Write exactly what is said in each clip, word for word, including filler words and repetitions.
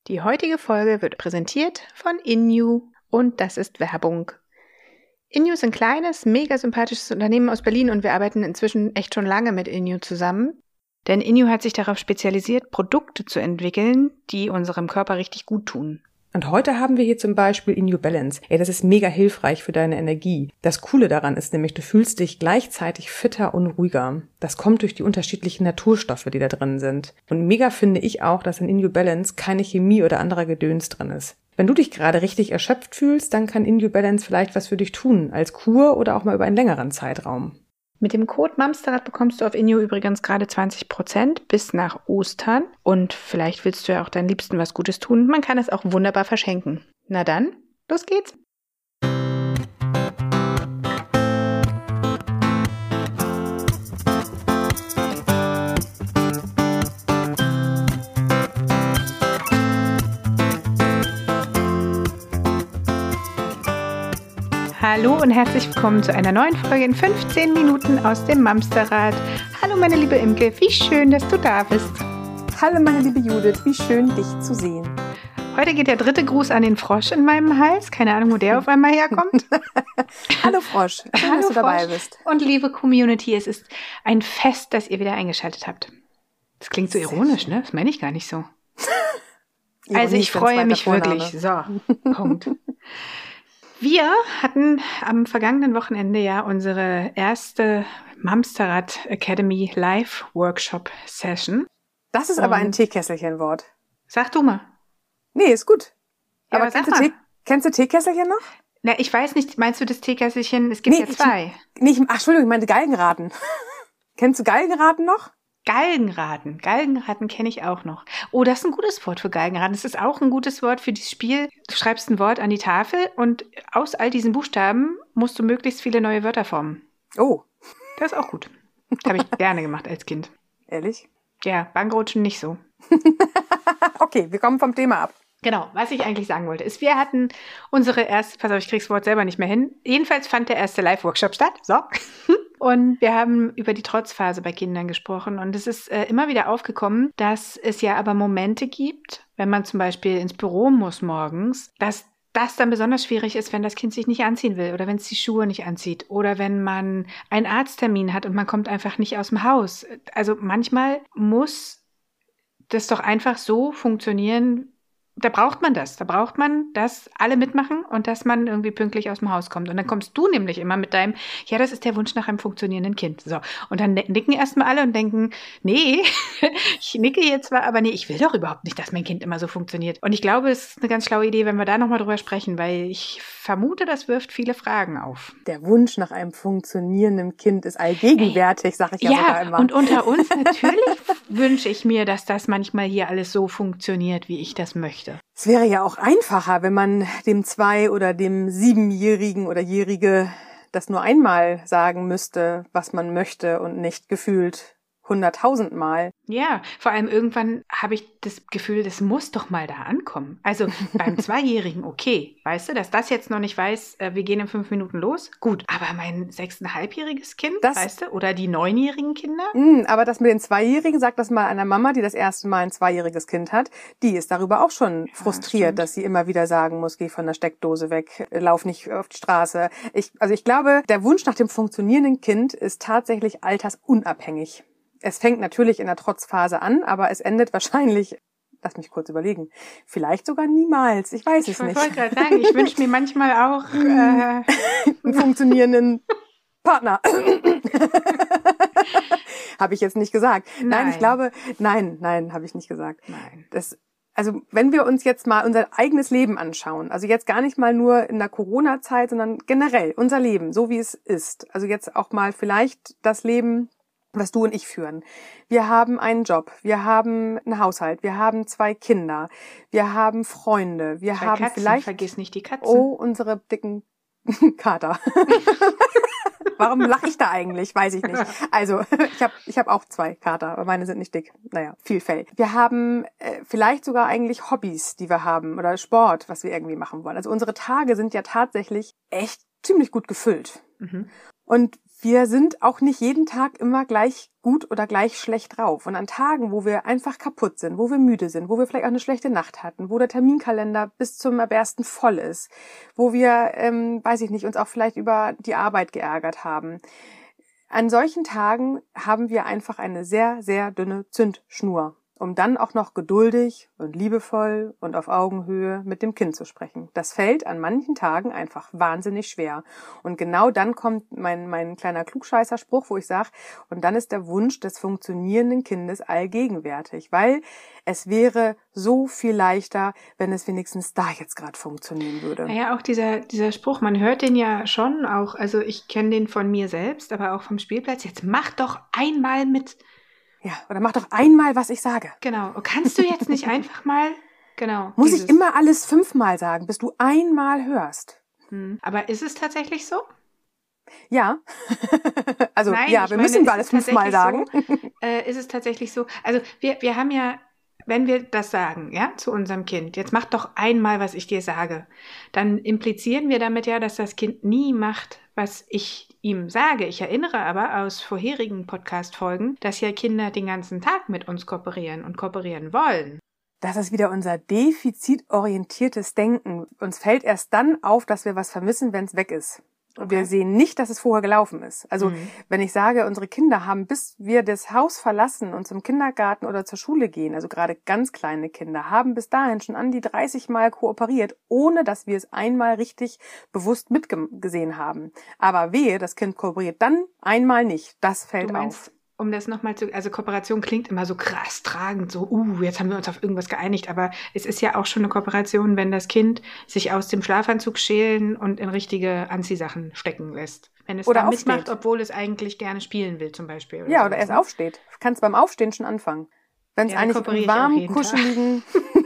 Die heutige Folge wird präsentiert von Inju und das ist Werbung. Inju ist ein kleines, mega sympathisches Unternehmen aus Berlin und wir arbeiten inzwischen echt schon lange mit Inju zusammen. Denn Inju hat sich darauf spezialisiert, Produkte zu entwickeln, die unserem Körper richtig gut tun. Und heute haben wir hier zum Beispiel Inju Balance. Ey, das ist mega hilfreich für deine Energie. Das Coole daran ist nämlich, du fühlst dich gleichzeitig fitter und ruhiger. Das kommt durch die unterschiedlichen Naturstoffe, die da drin sind. Und mega finde ich auch, dass in Inju Balance keine Chemie oder anderer Gedöns drin ist. Wenn du dich gerade richtig erschöpft fühlst, dann kann Inju Balance vielleicht was für dich tun, als Kur oder auch mal über einen längeren Zeitraum. Mit dem Code Mamsterrad bekommst du auf Inju übrigens gerade zwanzig Prozent bis nach Ostern. Und vielleicht willst du ja auch deinen Liebsten was Gutes tun. Man kann es auch wunderbar verschenken. Na dann, los geht's! Hallo und herzlich willkommen zu einer neuen Folge in fünfzehn Minuten aus dem Mamsterrad. Hallo meine liebe Imke, wie schön, dass du da bist. Hallo meine liebe Judith, wie schön, dich zu sehen. Heute geht der dritte Gruß an den Frosch in meinem Hals. Keine Ahnung, wo der auf einmal herkommt. Hallo Frosch, schön, Hallo, dass du dabei Frosch. bist. Und liebe Community, es ist ein Fest, dass ihr wieder eingeschaltet habt. Das klingt so ironisch, ne? Das meine ich gar nicht so. Also ich freue mich wirklich. So, Punkt. Wir hatten am vergangenen Wochenende ja unsere erste Mamsterrad Academy Live Workshop Session. Das ist aber ein Teekesselchen-Wort. Sag du mal. Nee, ist gut. Ja, aber aber kennst, sag du mal. Tee, kennst du Teekesselchen noch? Na, ich weiß nicht, meinst du das Teekesselchen? Es gibt Nee, ja zwei. Ich, nee, ich, ach, Entschuldigung, ich meinte Galgenraten. Kennst du Galgenraten noch? Galgenraten. Galgenraten kenne ich auch noch. Oh, das ist ein gutes Wort für Galgenraten. Das ist auch ein gutes Wort für dieses Spiel. Du schreibst ein Wort an die Tafel und aus all diesen Buchstaben musst du möglichst viele neue Wörter formen. Oh. Das ist auch gut. Das habe ich gerne gemacht als Kind. Ehrlich? Ja, Bankrutschen nicht so. Okay, wir kommen vom Thema ab. Genau, was ich eigentlich sagen wollte, ist, wir hatten unsere erste, pass auf, ich krieg's das Wort selber nicht mehr hin. Jedenfalls fand der erste Live-Workshop statt. So. Und wir haben über die Trotzphase bei Kindern gesprochen. Und es ist äh, immer wieder aufgekommen, dass es ja aber Momente gibt, wenn man zum Beispiel ins Büro muss morgens, dass das dann besonders schwierig ist, wenn das Kind sich nicht anziehen will oder wenn es die Schuhe nicht anzieht oder wenn man einen Arzttermin hat und man kommt einfach nicht aus dem Haus. Also manchmal muss das doch einfach so funktionieren. Da braucht man das. Da braucht man, dass alle mitmachen und dass man irgendwie pünktlich aus dem Haus kommt. Und dann kommst du nämlich immer mit deinem, ja, das ist der Wunsch nach einem funktionierenden Kind. So. Und dann nicken erstmal alle und denken, nee, ich nicke jetzt zwar, aber nee, ich will doch überhaupt nicht, dass mein Kind immer so funktioniert. Und ich glaube, es ist eine ganz schlaue Idee, wenn wir da nochmal drüber sprechen, weil ich vermute, das wirft viele Fragen auf. Der Wunsch nach einem funktionierenden Kind ist allgegenwärtig, sag ich ja, ja sogar immer. Ja, und unter uns natürlich wünsche ich mir, dass das manchmal hier alles so funktioniert, wie ich das möchte. Es wäre ja auch einfacher, wenn man dem Zwei- oder dem Siebenjährigen oder Jährige das nur einmal sagen müsste, was man möchte und nicht gefühlt hunderttausend Mal. Ja, vor allem irgendwann habe ich das Gefühl, das muss doch mal da ankommen. Also beim Zweijährigen, okay, weißt du, dass das jetzt noch nicht weiß, äh, wir gehen in fünf Minuten los, gut. Aber mein sechseinhalbjähriges Kind, das, weißt du, oder die neunjährigen Kinder? Mh, aber das mit den Zweijährigen, sag das mal einer Mama, die das erste Mal ein zweijähriges Kind hat, die ist darüber auch schon ja, frustriert, stimmt. Dass sie immer wieder sagen muss, geh von der Steckdose weg, lauf nicht auf die Straße. Ich, also ich glaube, der Wunsch nach dem funktionierenden Kind ist tatsächlich altersunabhängig. Es fängt natürlich in der Trotzphase an, aber es endet wahrscheinlich, lass mich kurz überlegen, vielleicht sogar niemals. Ich weiß ich es nicht. Ich wollte gerade sagen, ich wünsche mir manchmal auch äh, einen funktionierenden Partner. Habe ich jetzt nicht gesagt. Nein. nein, ich glaube, nein, nein, habe ich nicht gesagt. Nein. Das, also wenn wir uns jetzt mal unser eigenes Leben anschauen, also jetzt gar nicht mal nur in der Corona-Zeit, sondern generell unser Leben, so wie es ist. Also jetzt auch mal vielleicht das Leben, was du und ich führen. Wir haben einen Job, wir haben einen Haushalt, wir haben zwei Kinder, wir haben Freunde, wir zwei haben Katzen, vielleicht... vergiss nicht die Katzen. Oh, unsere dicken Kater. Warum lache ich da eigentlich? Weiß ich nicht. Also ich habe ich hab auch zwei Kater, aber meine sind nicht dick. Naja, viel Fell. Wir haben äh, vielleicht sogar eigentlich Hobbys, die wir haben oder Sport, was wir irgendwie machen wollen. Also unsere Tage sind ja tatsächlich echt ziemlich gut gefüllt. Mhm. Und wir sind auch nicht jeden Tag immer gleich gut oder gleich schlecht drauf. Und an Tagen, wo wir einfach kaputt sind, wo wir müde sind, wo wir vielleicht auch eine schlechte Nacht hatten, wo der Terminkalender bis zum Erbersten voll ist, wo wir, ähm, weiß ich nicht, uns auch vielleicht über die Arbeit geärgert haben. An solchen Tagen haben wir einfach eine sehr, sehr dünne Zündschnur, um dann auch noch geduldig und liebevoll und auf Augenhöhe mit dem Kind zu sprechen. Das fällt an manchen Tagen einfach wahnsinnig schwer. Und genau dann kommt mein, mein kleiner Klugscheißerspruch, wo ich sage, und dann ist der Wunsch des funktionierenden Kindes allgegenwärtig, weil es wäre so viel leichter, wenn es wenigstens da jetzt gerade funktionieren würde. Naja, auch dieser, dieser Spruch, man hört den ja schon auch, also ich kenne den von mir selbst, aber auch vom Spielplatz, jetzt mach doch einmal mit. Ja, oder mach doch einmal, was ich sage. Genau. Kannst du jetzt nicht einfach mal, genau. Muss dieses. ich immer alles fünfmal sagen, bis du einmal hörst? Hm. Aber ist es tatsächlich so? Ja. also Nein, ja, wir meine, müssen alles fünfmal sagen. So, äh, ist es tatsächlich so? Also wir, wir haben ja, wenn wir das sagen, ja, zu unserem Kind, jetzt mach doch einmal, was ich dir sage, dann implizieren wir damit ja, dass das Kind nie macht, was ich ihm sage. Ich erinnere aber aus vorherigen Podcast-Folgen, dass ja Kinder den ganzen Tag mit uns kooperieren und kooperieren wollen. Das ist wieder unser defizitorientiertes Denken. Uns fällt erst dann auf, dass wir was vermissen, wenn es weg ist. Und wir sehen nicht, dass es vorher gelaufen ist. Also mhm. wenn ich sage, unsere Kinder haben, bis wir das Haus verlassen und zum Kindergarten oder zur Schule gehen, also gerade ganz kleine Kinder, haben bis dahin schon an die dreißig Mal kooperiert, ohne dass wir es einmal richtig bewusst mitgesehen haben. Aber wehe, das Kind kooperiert dann einmal nicht. Das fällt du meinst, auf. Um das nochmal zu, also Kooperation klingt immer so krass tragend, so, uh, jetzt haben wir uns auf irgendwas geeinigt, aber es ist ja auch schon eine Kooperation, wenn das Kind sich aus dem Schlafanzug schälen und in richtige Anziehsachen stecken lässt. Wenn es oder da aufsteht. mitmacht, obwohl es eigentlich gerne spielen will, zum Beispiel. Oder ja, sowas, oder erst ne? aufsteht. Kannst beim Aufstehen schon anfangen. Wenn es Ja, eigentlich im warmen, kuscheligen...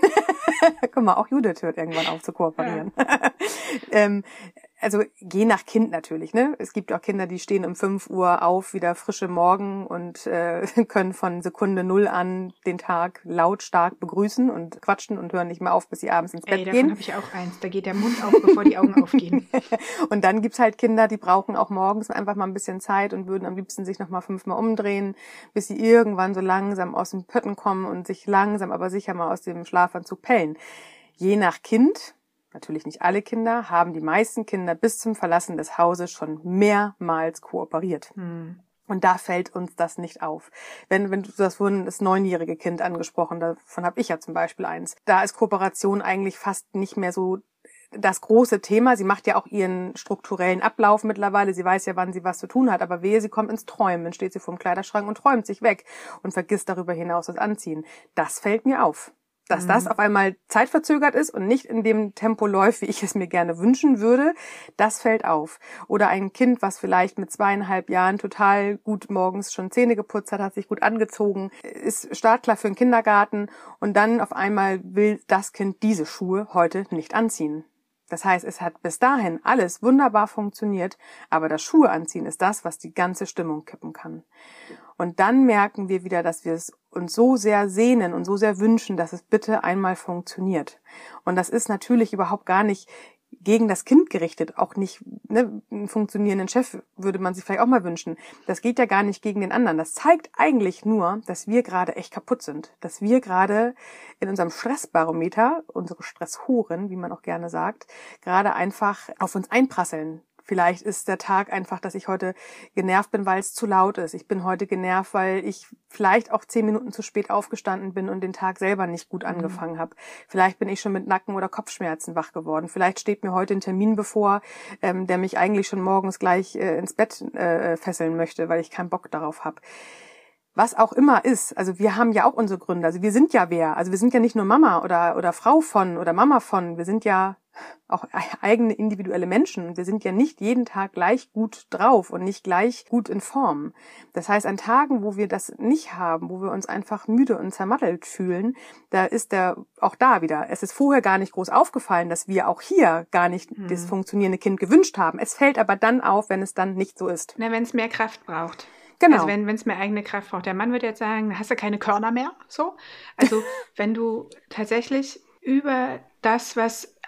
Guck mal, auch Judith hört irgendwann auf zu kooperieren. Ja. ähm, also je nach Kind natürlich, ne? Es gibt auch Kinder, die stehen um fünf Uhr auf, wieder frische Morgen und äh, können von Sekunde null an den Tag lautstark begrüßen und quatschen und hören nicht mehr auf, bis sie abends ins Bett Ey, davon gehen. habe ich auch eins. Da geht der Mund auf, bevor die Augen aufgehen. Und dann gibt's halt Kinder, die brauchen auch morgens einfach mal ein bisschen Zeit und würden am liebsten sich nochmal fünfmal umdrehen, bis sie irgendwann so langsam aus dem Pötten kommen und sich langsam aber sicher mal aus dem Schlafanzug pellen. Je nach Kind, natürlich nicht alle Kinder, haben die meisten Kinder bis zum Verlassen des Hauses schon mehrmals kooperiert. Hm. Und da fällt uns das nicht auf. Wenn, wenn du das vorhin das neunjährige Kind angesprochen, davon habe ich ja zum Beispiel eins. Da ist Kooperation eigentlich fast nicht mehr so das große Thema. Sie macht ja auch ihren strukturellen Ablauf mittlerweile. Sie weiß ja, wann sie was zu tun hat. Aber wehe, sie kommt ins Träumen. Dann steht sie vor dem Kleiderschrank und träumt sich weg und vergisst darüber hinaus das Anziehen. Das fällt mir auf. Dass das auf einmal zeitverzögert ist und nicht in dem Tempo läuft, wie ich es mir gerne wünschen würde, das fällt auf. Oder ein Kind, was vielleicht mit zweieinhalb Jahren total gut morgens schon Zähne geputzt hat, hat sich gut angezogen, ist startklar für den Kindergarten und dann auf einmal will das Kind diese Schuhe heute nicht anziehen. Das heißt, es hat bis dahin alles wunderbar funktioniert, aber das Schuhe anziehen ist das, was die ganze Stimmung kippen kann. Und dann merken wir wieder, dass wir es uns so sehr sehnen und so sehr wünschen, dass es bitte einmal funktioniert. Und das ist natürlich überhaupt gar nicht gegen das Kind gerichtet, auch nicht, ne, einen funktionierenden Chef würde man sich vielleicht auch mal wünschen. Das geht ja gar nicht gegen den anderen. Das zeigt eigentlich nur, dass wir gerade echt kaputt sind, dass wir gerade in unserem Stressbarometer, unsere Stresshoren, wie man auch gerne sagt, gerade einfach auf uns einprasseln. Vielleicht ist der Tag einfach, dass ich heute genervt bin, weil es zu laut ist. Ich bin heute genervt, weil ich vielleicht auch zehn Minuten zu spät aufgestanden bin und den Tag selber nicht gut angefangen habe. Vielleicht bin ich schon mit Nacken- oder Kopfschmerzen wach geworden. Vielleicht steht mir heute ein Termin bevor, ähm, der mich eigentlich schon morgens gleich äh, ins Bett äh, fesseln möchte, weil ich keinen Bock darauf habe. Was auch immer ist, also wir haben ja auch unsere Gründe. Also wir sind ja wer. Also wir sind ja nicht nur Mama oder oder Frau von oder Mama von. Wir sind ja auch eigene individuelle Menschen. Wir sind ja nicht jeden Tag gleich gut drauf und nicht gleich gut in Form. Das heißt, an Tagen, wo wir das nicht haben, wo wir uns einfach müde und zermattelt fühlen, da ist der auch da wieder. Es ist vorher gar nicht groß aufgefallen, dass wir auch hier gar nicht hm. das funktionierende Kind gewünscht haben. Es fällt aber dann auf, wenn es dann nicht so ist. Na, wenn es mehr Kraft braucht. Genau. Also wenn es mehr eigene Kraft braucht. Der Mann würde jetzt sagen, hast du keine Körner mehr? So. Also wenn du tatsächlich über das, was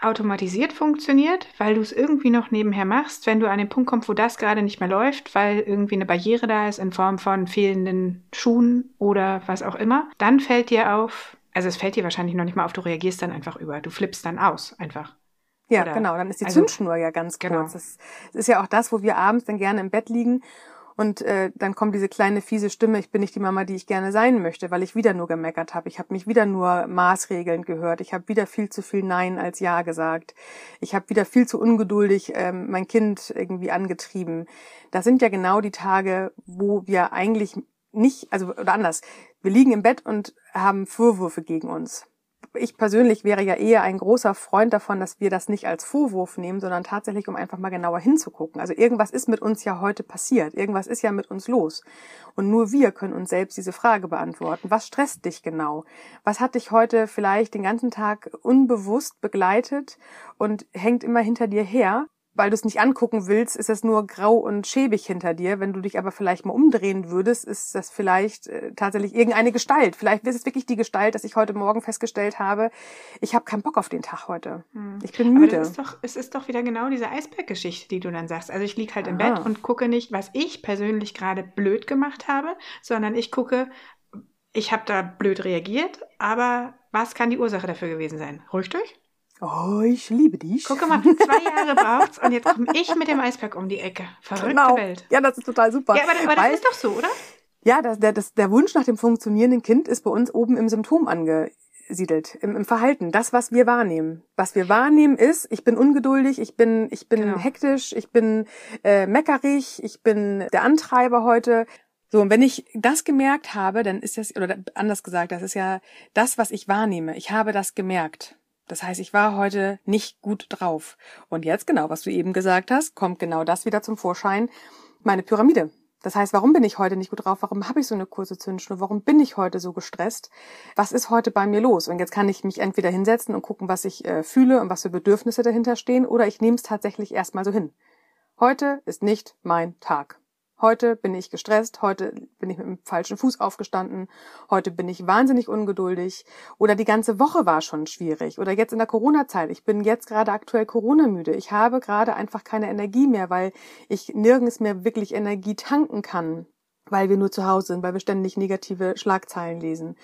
automatisiert funktioniert, weil du es irgendwie noch nebenher machst, wenn du an den Punkt kommst, wo das gerade nicht mehr läuft, weil irgendwie eine Barriere da ist in Form von fehlenden Schuhen oder was auch immer, dann fällt dir auf, also es fällt dir wahrscheinlich noch nicht mal auf, du reagierst dann einfach über, du flippst dann aus einfach. Ja, Oder, genau, dann ist die also, Zündschnur ja ganz genau. kurz. Das, das ist ja auch das, wo wir abends dann gerne im Bett liegen und äh, dann kommt diese kleine fiese Stimme, ich bin nicht die Mama, die ich gerne sein möchte, weil ich wieder nur gemeckert habe. Ich habe mich wieder nur maßregelnd gehört. Ich habe wieder viel zu viel Nein als Ja gesagt. Ich habe wieder viel zu ungeduldig ähm, mein Kind irgendwie angetrieben. Das sind ja genau die Tage, wo wir eigentlich nicht, also oder anders, wir liegen im Bett und haben Vorwürfe gegen uns. Ich persönlich wäre ja eher ein großer Freund davon, dass wir das nicht als Vorwurf nehmen, sondern tatsächlich, um einfach mal genauer hinzugucken. Also irgendwas ist mit uns ja heute passiert. Irgendwas ist ja mit uns los. Und nur wir können uns selbst diese Frage beantworten. Was stresst dich genau? Was hat dich heute vielleicht den ganzen Tag unbewusst begleitet und hängt immer hinter dir her? Weil du es nicht angucken willst, ist es nur grau und schäbig hinter dir. Wenn du dich aber vielleicht mal umdrehen würdest, ist das vielleicht äh, tatsächlich irgendeine Gestalt. Vielleicht ist es wirklich die Gestalt, dass ich heute Morgen festgestellt habe, ich habe keinen Bock auf den Tag heute. Hm. Ich bin müde. Aber das ist doch, es ist doch wieder genau diese Eisberggeschichte, die du dann sagst. Also ich liege halt Aha. im Bett und gucke nicht, was ich persönlich gerade blöd gemacht habe, sondern ich gucke, ich habe da blöd reagiert, aber was kann die Ursache dafür gewesen sein? Ruhig durch? Oh, ich liebe dich. Guck mal, zwei Jahre braucht's und jetzt komme ich mit dem Eisberg um die Ecke. Verrückte genau. Welt. Ja, das ist total super. Ja, aber, aber Weil, das ist doch so, oder? Ja, das, der, das, der Wunsch nach dem funktionierenden Kind ist bei uns oben im Symptom angesiedelt, im, im Verhalten. Das, was wir wahrnehmen. Was wir wahrnehmen ist, ich bin ungeduldig, ich bin, ich bin genau. hektisch, ich bin äh, meckerig, ich bin der Antreiber heute. So, und wenn ich das gemerkt habe, dann ist das, oder anders gesagt, das ist ja das, was ich wahrnehme. Ich habe das gemerkt. Das heißt, ich war heute nicht gut drauf. Und jetzt, genau, was du eben gesagt hast, kommt genau das wieder zum Vorschein, meine Pyramide. Das heißt, warum bin ich heute nicht gut drauf? Warum habe ich so eine kurze Zündschnur? Warum bin ich heute so gestresst? Was ist heute bei mir los? Und jetzt kann ich mich entweder hinsetzen und gucken, was ich äh, fühle und was für Bedürfnisse dahinter stehen, oder ich nehme es tatsächlich erstmal so hin. Heute ist nicht mein Tag. Heute bin ich gestresst, heute bin ich mit dem falschen Fuß aufgestanden, heute bin ich wahnsinnig ungeduldig oder die ganze Woche war schon schwierig oder jetzt in der Corona-Zeit, ich bin jetzt gerade aktuell Corona-müde, ich habe gerade einfach keine Energie mehr, weil ich nirgends mehr wirklich Energie tanken kann, weil wir nur zu Hause sind, weil wir ständig negative Schlagzeilen lesen.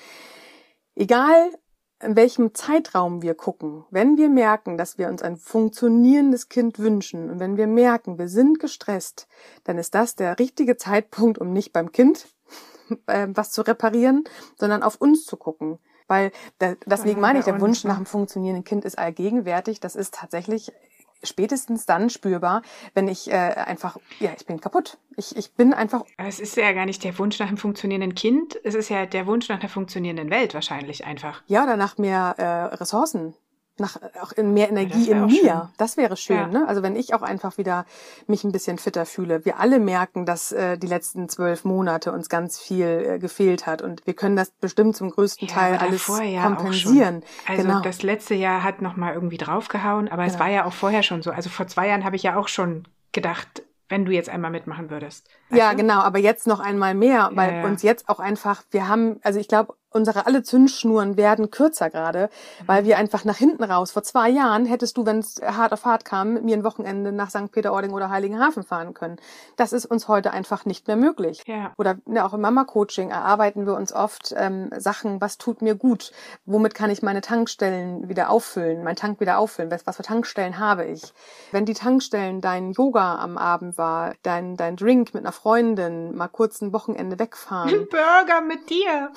Egal, in welchem Zeitraum wir gucken, wenn wir merken, dass wir uns ein funktionierendes Kind wünschen und wenn wir merken, wir sind gestresst, dann ist das der richtige Zeitpunkt, um nicht beim Kind äh, was zu reparieren, sondern auf uns zu gucken. Weil da, deswegen meine ich, der Wunsch nach einem funktionierenden Kind ist allgegenwärtig. Das ist tatsächlich spätestens dann spürbar, wenn ich äh, einfach, ja, ich bin kaputt. Ich, ich bin einfach... Aber es ist ja gar nicht der Wunsch nach einem funktionierenden Kind, es ist ja der Wunsch nach einer funktionierenden Welt wahrscheinlich einfach. Ja, oder nach mehr äh, Ressourcen, nach auch in mehr Energie in mir. Schön. Das wäre schön, ja. Ne? Also wenn ich auch einfach wieder mich ein bisschen fitter fühle. Wir alle merken, dass äh, die letzten zwölf Monate uns ganz viel äh, gefehlt hat und wir können das bestimmt zum größten ja, Teil alles ja kompensieren. Also genau. Das letzte Jahr hat nochmal irgendwie draufgehauen, aber genau. Es war ja auch vorher schon so. Also vor zwei Jahren habe ich ja auch schon gedacht, wenn du jetzt einmal mitmachen würdest. Ja, du? genau, aber jetzt noch einmal mehr, weil ja, ja. uns jetzt auch einfach, wir haben, also ich glaube, unsere alle Zündschnuren werden kürzer gerade, mhm. weil wir einfach nach hinten raus, vor zwei Jahren hättest du, wenn es hart auf hart kam, mit mir ein Wochenende nach Sankt Peter-Ording oder Heiligenhafen fahren können. Das ist uns heute einfach nicht mehr möglich. Ja. Oder ne, auch im Mama-Coaching erarbeiten wir uns oft ähm, Sachen, was tut mir gut, womit kann ich meine Tankstellen wieder auffüllen, mein Tank wieder auffüllen, was, was für Tankstellen habe ich. Wenn die Tankstellen dein Yoga am Abend war, dein, dein Drink mit einer Freundin, mal kurz ein Wochenende wegfahren. Ein Burger mit dir.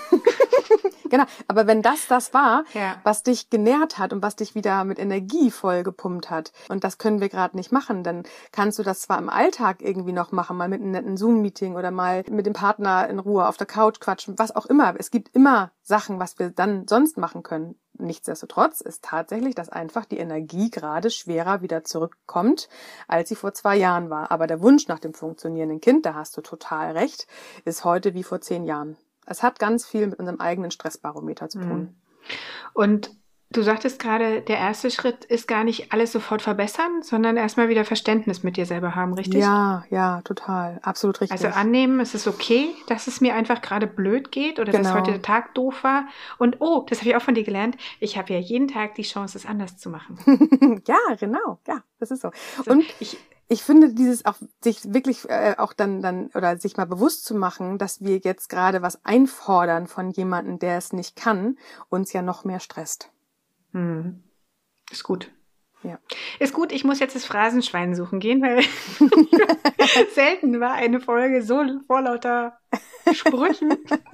Genau, aber wenn das das war, ja. was dich genährt hat und was dich wieder mit Energie voll gepumpt hat, und das können wir gerade nicht machen, dann kannst du das zwar im Alltag irgendwie noch machen, mal mit einem netten Zoom-Meeting oder mal mit dem Partner in Ruhe auf der Couch quatschen, was auch immer. Es gibt immer Sachen, was wir dann sonst machen können. Nichtsdestotrotz ist tatsächlich, dass einfach die Energie gerade schwerer wieder zurückkommt, als sie vor zwei Jahren war. Aber der Wunsch nach dem funktionierenden Kind, da hast du total recht, ist heute wie vor zehn Jahren. Es hat ganz viel mit unserem eigenen Stressbarometer zu tun. Und Du sagtest gerade, der erste Schritt ist gar nicht alles sofort verbessern, sondern erstmal wieder Verständnis mit dir selber haben, richtig? Ja, ja, total. Absolut richtig. Also annehmen, es ist okay, dass es mir einfach gerade blöd geht oder Genau. dass heute der Tag doof war. Und oh, das habe ich auch von dir gelernt, ich habe ja jeden Tag die Chance, es anders zu machen. Ja, genau. Ja, das ist so. Also Und ich, ich finde dieses auch, sich wirklich äh, auch dann, dann, oder sich mal bewusst zu machen, dass wir jetzt gerade was einfordern von jemandem, der es nicht kann, uns ja noch mehr stresst. hm, ist gut. Ja. Ist gut, ich muss jetzt das Phrasenschwein suchen gehen, weil selten war eine Folge so vor lauter Sprüchen.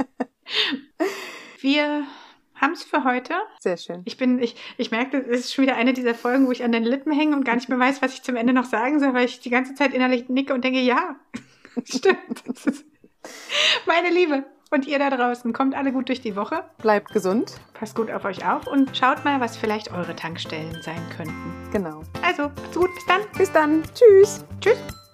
Wir haben es für heute. Sehr schön. Ich bin, ich, ich merke, es ist schon wieder eine dieser Folgen, wo ich an den Lippen hänge und gar nicht mehr weiß, was ich zum Ende noch sagen soll, weil ich die ganze Zeit innerlich nicke und denke, ja, stimmt. Das ist meine Liebe. Und ihr da draußen, kommt alle gut durch die Woche. Bleibt gesund. Passt gut auf euch auf und schaut mal, was vielleicht eure Tankstellen sein könnten. Genau. Also, macht's gut, bis dann. Bis dann. Tschüss. Tschüss.